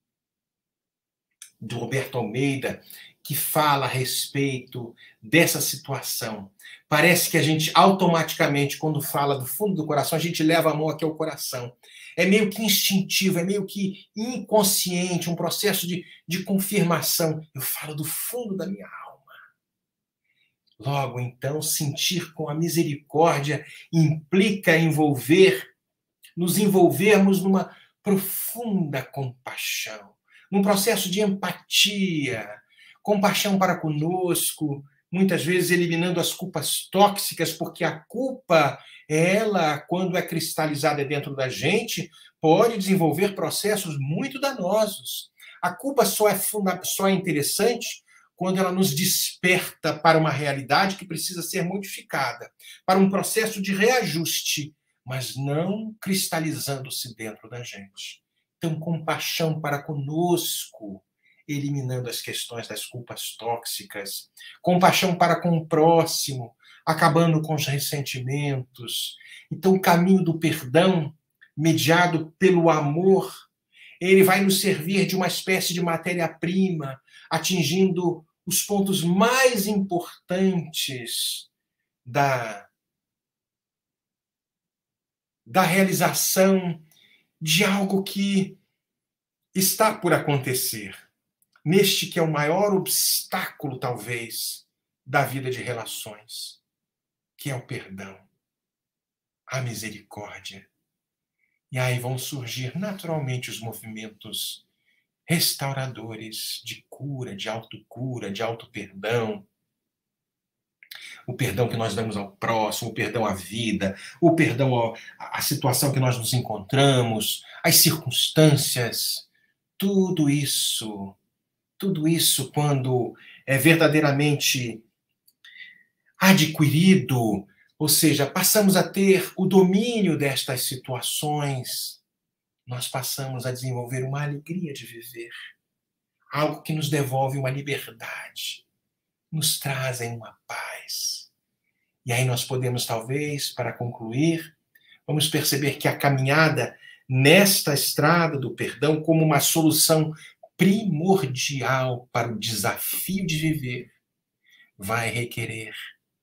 do Roberto Almeida, que fala a respeito dessa situação. Parece que a gente automaticamente, quando fala do fundo do coração, a gente leva a mão aqui ao coração. É meio que instintivo, é meio que inconsciente, um processo de, de confirmação. Eu falo do fundo da minha alma. Logo, então, sentir com a misericórdia implica envolver, nos envolvermos numa profunda compaixão, num processo de empatia, compaixão para conosco, muitas vezes eliminando as culpas tóxicas, porque a culpa, ela, quando é cristalizada dentro da gente, pode desenvolver processos muito danosos. A culpa só é, funda- só é interessante quando ela nos desperta para uma realidade que precisa ser modificada, para um processo de reajuste, mas não cristalizando-se dentro da gente. Então, compaixão para conosco, eliminando as questões das culpas tóxicas, compaixão para com o próximo, acabando com os ressentimentos. Então, o caminho do perdão, mediado pelo amor, ele vai nos servir de uma espécie de matéria-prima, atingindo os pontos mais importantes da, da realização de algo que está por acontecer, neste que é o maior obstáculo, talvez, da vida de relações, que é o perdão, a misericórdia. E aí vão surgir naturalmente os movimentos restauradores de cura, de autocura, de auto-perdão. O perdão que nós damos ao próximo, o perdão à vida, o perdão à situação que nós nos encontramos, às circunstâncias. Tudo isso, tudo isso, quando é verdadeiramente adquirido, ou seja, passamos a ter o domínio destas situações, nós passamos a desenvolver uma alegria de viver, algo que nos devolve uma liberdade, nos trazem uma paz. E aí nós podemos, talvez, para concluir, vamos perceber que a caminhada nesta estrada do perdão como uma solução primordial para o desafio de viver vai requerer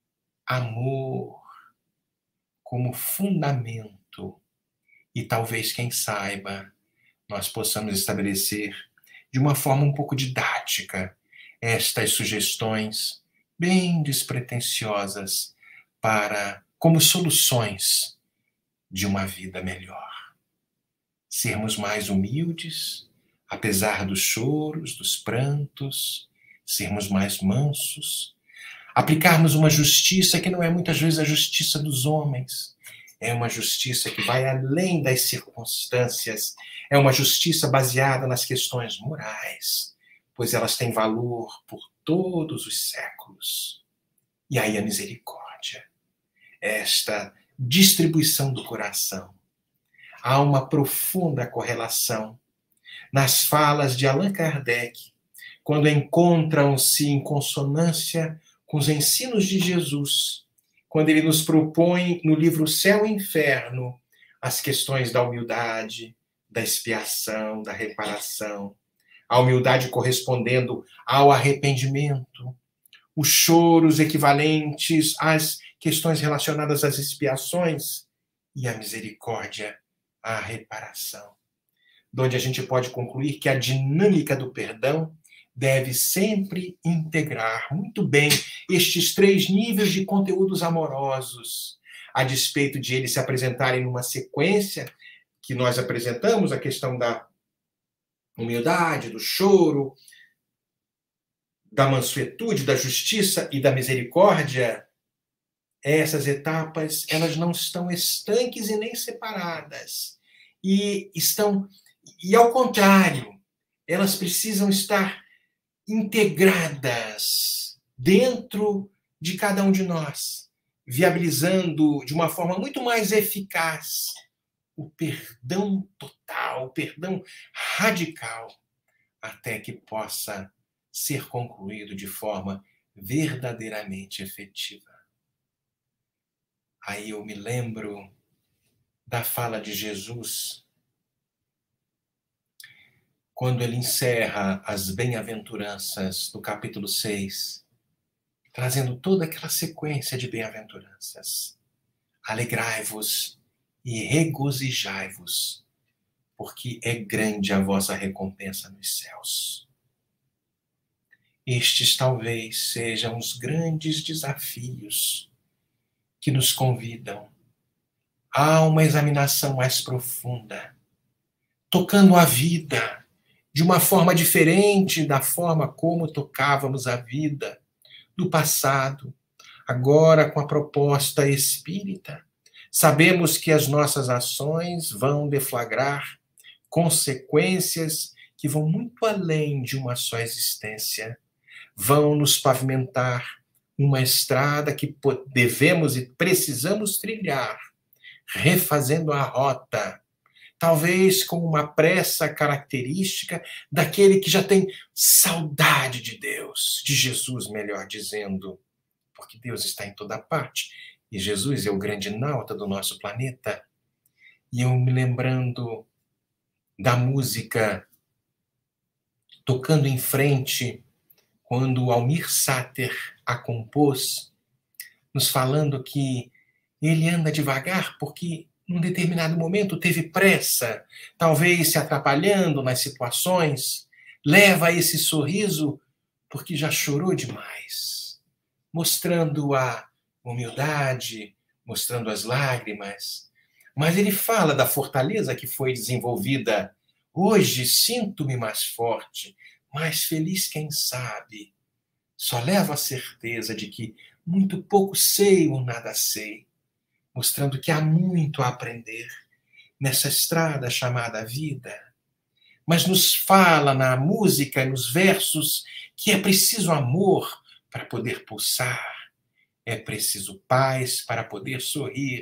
amor como fundamento. E talvez, quem saiba, nós possamos estabelecer de uma forma um pouco didática estas sugestões bem despretensiosas para como soluções de uma vida melhor. Sermos mais humildes, apesar dos choros, dos prantos, sermos mais mansos, aplicarmos uma justiça que não é muitas vezes a justiça dos homens, é uma justiça que vai além das circunstâncias, é uma justiça baseada nas questões morais, pois elas têm valor por todos os séculos. E aí a misericórdia, esta distribuição do coração. Há uma profunda correlação nas falas de Allan Kardec, quando encontram-se em consonância com os ensinos de Jesus, quando ele nos propõe no livro Céu e Inferno as questões da humildade, da expiação, da reparação, a humildade correspondendo ao arrependimento, os choros equivalentes às questões relacionadas às expiações e a misericórdia, à reparação. Onde a gente pode concluir que a dinâmica do perdão deve sempre integrar muito bem estes três níveis de conteúdos amorosos, a despeito de eles se apresentarem numa sequência que nós apresentamos, a questão da humildade, do choro, da mansuetude, da justiça e da misericórdia. Essas etapas, elas não estão estanques e nem separadas. E estão, e ao contrário, elas precisam estar integradas dentro de cada um de nós, viabilizando de uma forma muito mais eficaz o perdão total, o perdão radical, até que possa ser concluído de forma verdadeiramente efetiva. aí eu me lembro da fala de Jesus, quando ele encerra as bem-aventuranças do capítulo seis, trazendo toda aquela sequência de bem-aventuranças. Alegrai-vos e regozijai-vos, porque é grande a vossa recompensa nos céus. Estes talvez sejam os grandes desafios que nos convidam a uma examinação mais profunda, tocando a vida de uma forma diferente da forma como tocávamos a vida do passado, agora com a proposta espírita. Sabemos que as nossas ações vão deflagrar consequências que vão muito além de uma só existência. Vão nos pavimentar uma estrada que devemos e precisamos trilhar, refazendo a rota, talvez com uma pressa característica daquele que já tem saudade de Deus, de Jesus, melhor dizendo, porque Deus está em toda parte e Jesus é o grande nauta do nosso planeta. E eu me lembrando da música Tocando em Frente, quando Almir Sater a compôs, nos falando que ele anda devagar porque num determinado momento teve pressa, talvez se atrapalhando nas situações, leva esse sorriso porque já chorou demais, mostrando a humildade, mostrando as lágrimas. Mas ele fala da fortaleza que foi desenvolvida. Hoje sinto-me mais forte, mais feliz, quem sabe. Só levo a certeza de que muito pouco sei ou nada sei, mostrando que há muito a aprender nessa estrada chamada vida. Mas nos fala na música, nos versos, que é preciso amor para poder pulsar, é preciso paz para poder sorrir,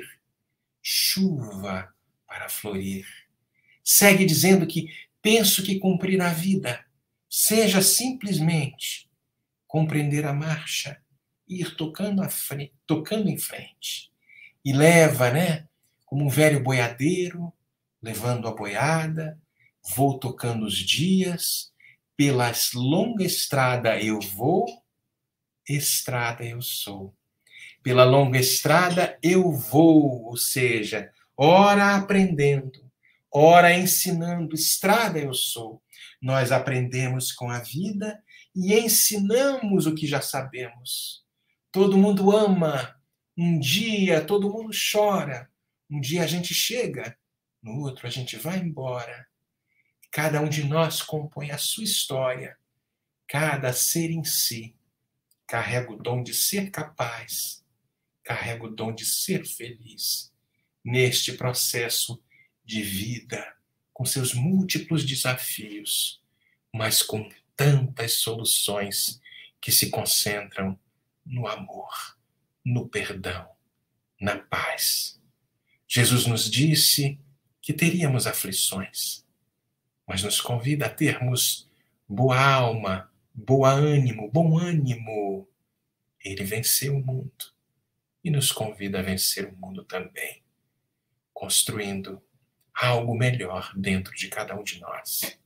chuva para florir. Segue dizendo que penso que cumprir a vida seja simplesmente compreender a marcha, ir tocando, a frente, tocando em frente. E leva, né, como um velho boiadeiro, levando a boiada, vou tocando os dias, pela longa estrada eu vou, estrada eu sou. Pela longa estrada eu vou, ou seja, ora aprendendo, ora ensinando, estrada eu sou. Nós aprendemos com a vida e ensinamos o que já sabemos. Todo mundo ama, um dia todo mundo chora, um dia a gente chega, no outro a gente vai embora. Cada um de nós compõe a sua história, cada ser em si carrega o dom de ser capaz, carrega o dom de ser feliz neste processo de vida, com seus múltiplos desafios, mas com tantas soluções que se concentram no amor, no perdão, na paz. Jesus nos disse que teríamos aflições, mas nos convida a termos boa alma, boa ânimo, bom ânimo. Ele venceu o mundo e nos convida a vencer o mundo também, construindo algo melhor dentro de cada um de nós.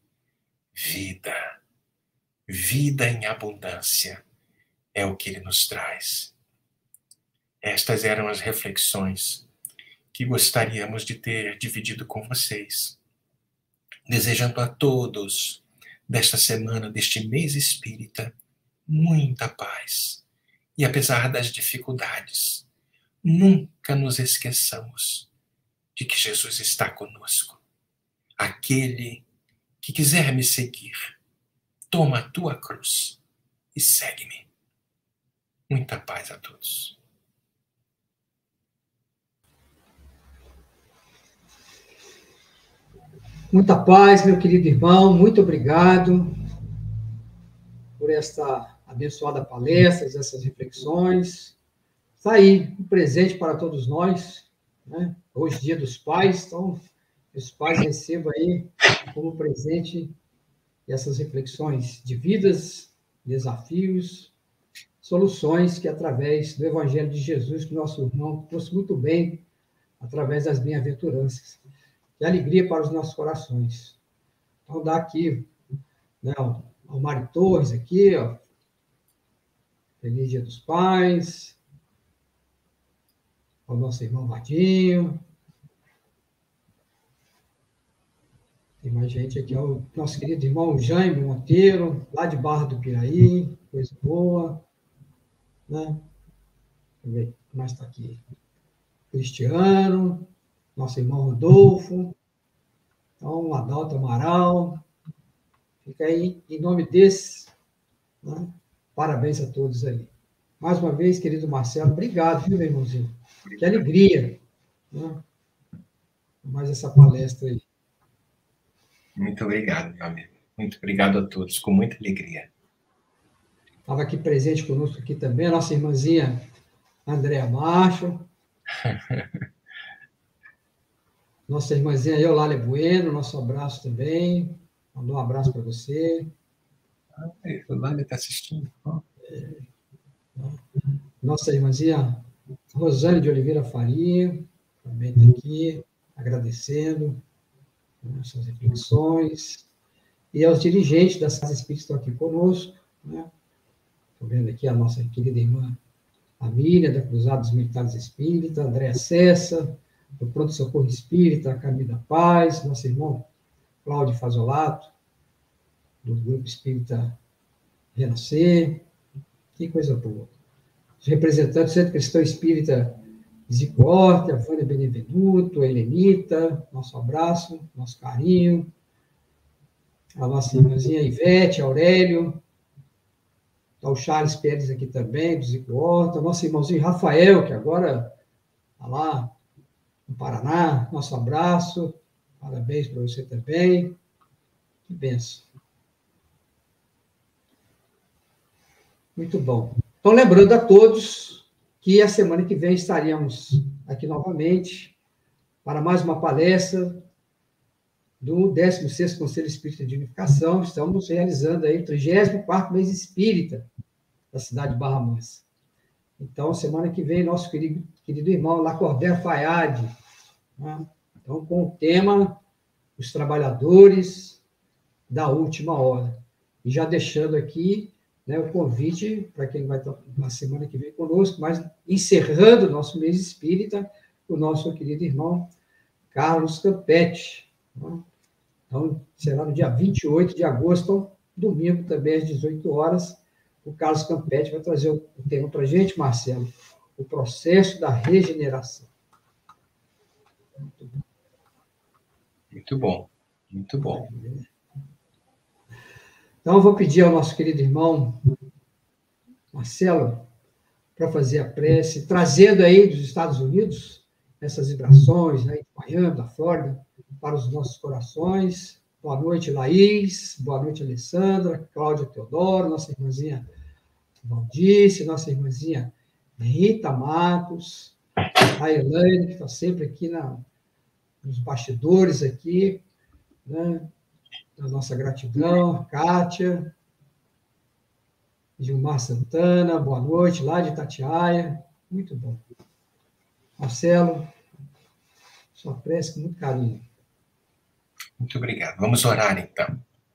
Vida, vida em abundância é o que ele nos traz. Estas eram as reflexões que gostaríamos de ter dividido com vocês, desejando a todos desta semana, deste mês espírita, muita paz. E apesar das dificuldades, nunca nos esqueçamos de que Jesus está conosco. Aquele que quiser me seguir, toma a tua cruz e segue-me. Muita paz a todos. Muita paz, meu querido irmão. Muito obrigado por esta abençoada palestra, essas reflexões. Está aí um presente para todos nós, né? Hoje, Dia dos Pais, então, os pais recebam aí como presente essas reflexões de vidas, desafios, soluções que, através do Evangelho de Jesus, que nosso irmão trouxe muito bem, através das bem-aventuranças. Que alegria para os nossos corações. Então, dá aqui, né, ao Mário Torres, aqui, ó. Feliz Dia dos Pais. Ao nosso irmão Vadinho. Tem mais gente aqui, ao nosso querido irmão Jaime Monteiro, lá de Barra do Piraí, coisa boa. Né? Deixa eu ver, mais está aqui. Cristiano, nosso irmão Rodolfo, então, Adalto Amaral. Fica aí, em nome desses, né? Parabéns a todos aí. Mais uma vez, querido Marcelo, obrigado, viu, meu irmãozinho? Que alegria, né? Mais essa palestra aí. Muito obrigado, meu amigo. Muito obrigado a todos, com muita alegria. Estava aqui presente conosco aqui também, a nossa irmãzinha Andréa Macho. Nossa irmãzinha Eulália Bueno, nosso abraço também. Mandou um abraço para você. Ah, a Eulália está assistindo. Oh. É, nossa irmãzinha Rosane de Oliveira Faria, também está aqui, agradecendo, né, suas reflexões. E aos dirigentes das casas espíritas que estão aqui conosco. Né? Estou vendo aqui a nossa querida irmã Amília, da Cruzada dos Militares Espíritas, Andréa Cessa, do Pronto Socorro Espírita, Camila Paz, nosso irmão Cláudio Fazolato, do Grupo Espírita Renascer. Que coisa boa. Os representantes do Centro Cristão Espírita Zico Horta, a Vânia Benevenuto, a Helenita, nosso abraço, nosso carinho. A nossa irmãzinha Ivete, Aurélio, o Charles Pérez aqui também, do Zico Horta, o nosso irmãozinho Rafael, que agora está lá no Paraná, nosso abraço, parabéns para você também, que benção. Muito bom. Então, lembrando a todos que a semana que vem estaremos aqui novamente para mais uma palestra do décimo sexto Conselho Espírita de Unificação. Estamos realizando aí o trigésimo quarto mês espírita da cidade de Barra Mansa. Então, semana que vem, nosso querido, querido irmão Lacordaire Fayad, né? Então, com o tema Os Trabalhadores da Última Hora. E já deixando aqui, né, o convite para quem vai estar na semana que vem conosco, mas encerrando o nosso mês espírita, o nosso querido irmão Carlos Campetti. Né? Então, será no dia vinte e oito de agosto, então, domingo também, às dezoito horas, o Carlos Campetti vai trazer o tema para a gente, Marcelo, o processo da regeneração. Muito bom, muito bom. Então, eu vou pedir ao nosso querido irmão Marcelo para fazer a prece, trazendo aí dos Estados Unidos essas vibrações, né, de Miami, da Flórida, para os nossos corações. Boa noite, Laís. Boa noite, Alessandra, Cláudia Teodoro, nossa irmãzinha Valdice, nossa irmãzinha Rita Matos, a Elaine, que está sempre aqui na, nos bastidores aqui, né? A nossa gratidão, a Kátia, Gilmar Santana, boa noite, lá de Itatiaia, muito bom. Marcelo, sua prece com muito carinho. Muito obrigado. Vamos orar, então.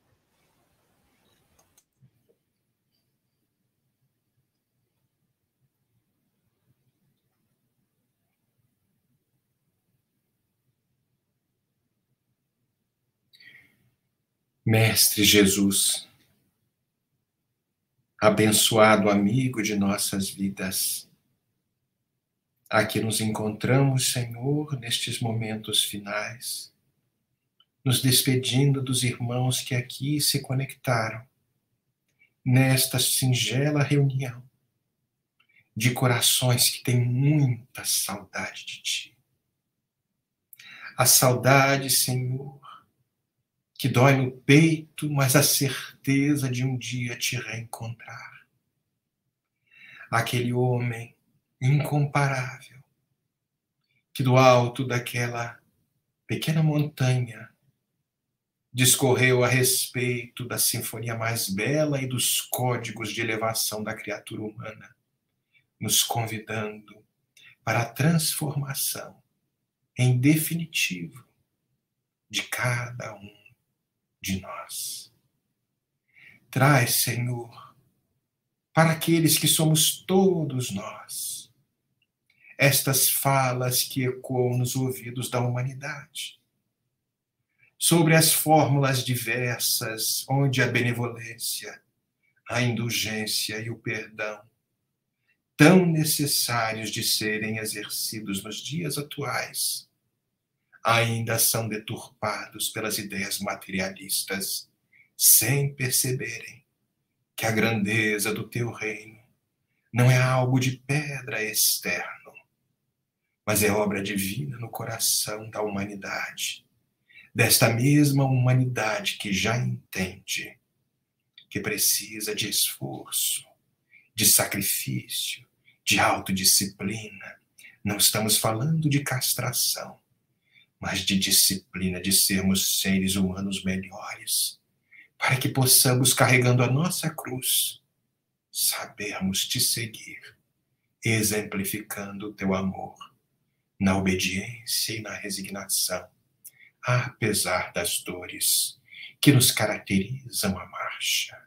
Mestre Jesus, abençoado amigo de nossas vidas, aqui nos encontramos, Senhor, nestes momentos finais, nos despedindo dos irmãos que aqui se conectaram, nesta singela reunião de corações que têm muita saudade de Ti. A saudade, Senhor, que dói no peito, mas a certeza de um dia Te reencontrar. Aquele homem incomparável, que do alto daquela pequena montanha discorreu a respeito da sinfonia mais bela e dos códigos de elevação da criatura humana, nos convidando para a transformação, em definitivo, de cada um de nós. Traz, Senhor, para aqueles que somos todos nós, estas falas que ecoam nos ouvidos da humanidade, sobre as fórmulas diversas onde a benevolência, a indulgência e o perdão, tão necessários de serem exercidos nos dias atuais, ainda são deturpados pelas ideias materialistas, sem perceberem que a grandeza do teu reino não é algo de pedra externo, mas é obra divina no coração da humanidade, desta mesma humanidade que já entende que precisa de esforço, de sacrifício, de autodisciplina. Não estamos falando de castração, mas de disciplina, de sermos seres humanos melhores, para que possamos, carregando a nossa cruz, sabermos te seguir, exemplificando o teu amor, na obediência e na resignação, apesar das dores que nos caracterizam a marcha.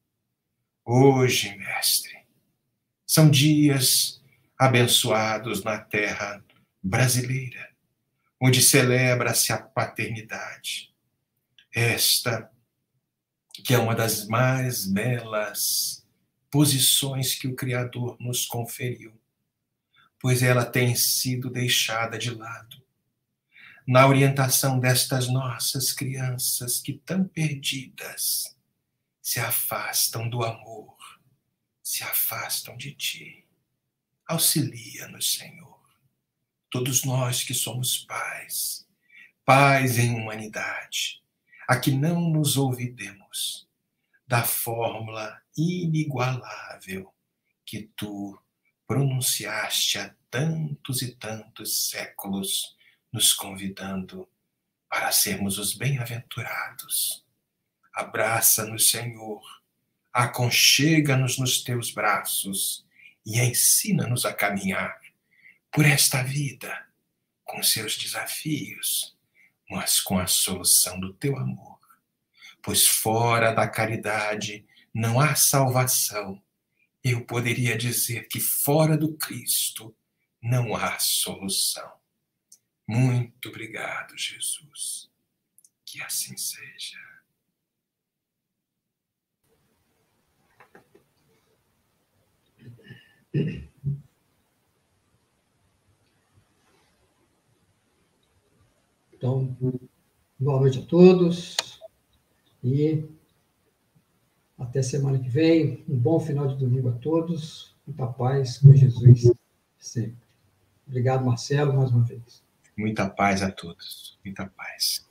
Hoje, Mestre, são dias abençoados na terra brasileira, onde celebra-se a paternidade. Esta, que é uma das mais belas posições que o Criador nos conferiu, pois ela tem sido deixada de lado na orientação destas nossas crianças que, tão perdidas, se afastam do amor, se afastam de ti. Auxilia-nos, Senhor. Todos nós que somos pais, pais em humanidade, a que não nos olvidemos da fórmula inigualável que tu pronunciaste há tantos e tantos séculos, nos convidando para sermos os bem-aventurados. Abraça-nos, Senhor, aconchega-nos nos teus braços e ensina-nos a caminhar por esta vida, com seus desafios, mas com a solução do teu amor. Pois fora da caridade não há salvação. Eu poderia dizer que fora do Cristo não há solução. Muito obrigado, Jesus. Que assim seja. Então, boa noite a todos e até semana que vem. Um bom final de domingo a todos. Muita paz com Jesus sempre. Obrigado, Marcelo, mais uma vez. Muita paz a todos. Muita paz.